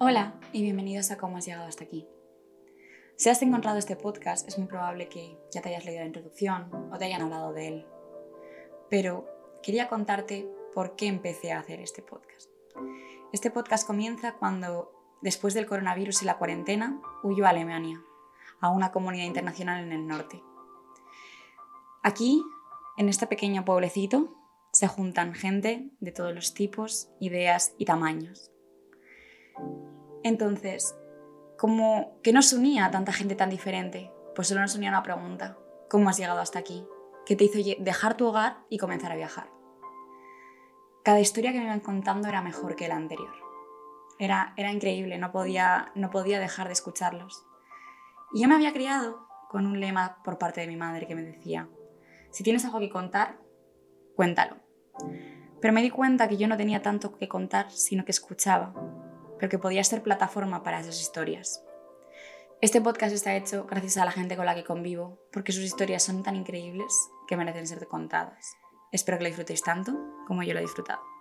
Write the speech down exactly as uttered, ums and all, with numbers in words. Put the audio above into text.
Hola y bienvenidos a Cómo has llegado hasta aquí. Si has encontrado este podcast, es muy probable que ya te hayas leído la introducción o te hayan hablado de él. Pero quería contarte por qué empecé a hacer este podcast. Este podcast comienza cuando, después del coronavirus y la cuarentena, huyó a Alemania, a una comunidad internacional en el norte. Aquí, en este pequeño pueblecito, se juntan gente de todos los tipos, ideas y tamaños. Entonces, como que nos unía a tanta gente tan diferente, pues solo nos unía una pregunta: ¿cómo has llegado hasta aquí? ¿Qué te hizo dejar tu hogar y comenzar a viajar? Cada historia que me iban contando era mejor que la anterior. Era, era increíble, no podía, no podía dejar de escucharlos. Y yo me había criado con un lema por parte de mi madre que me decía: si tienes algo que contar, cuéntalo. Pero me di cuenta que yo no tenía tanto que contar, sino que escuchaba, pero que podía ser plataforma para esas historias. Este podcast está hecho gracias a la gente con la que convivo, porque sus historias son tan increíbles que merecen ser contadas. Espero que lo disfrutéis tanto como yo lo he disfrutado.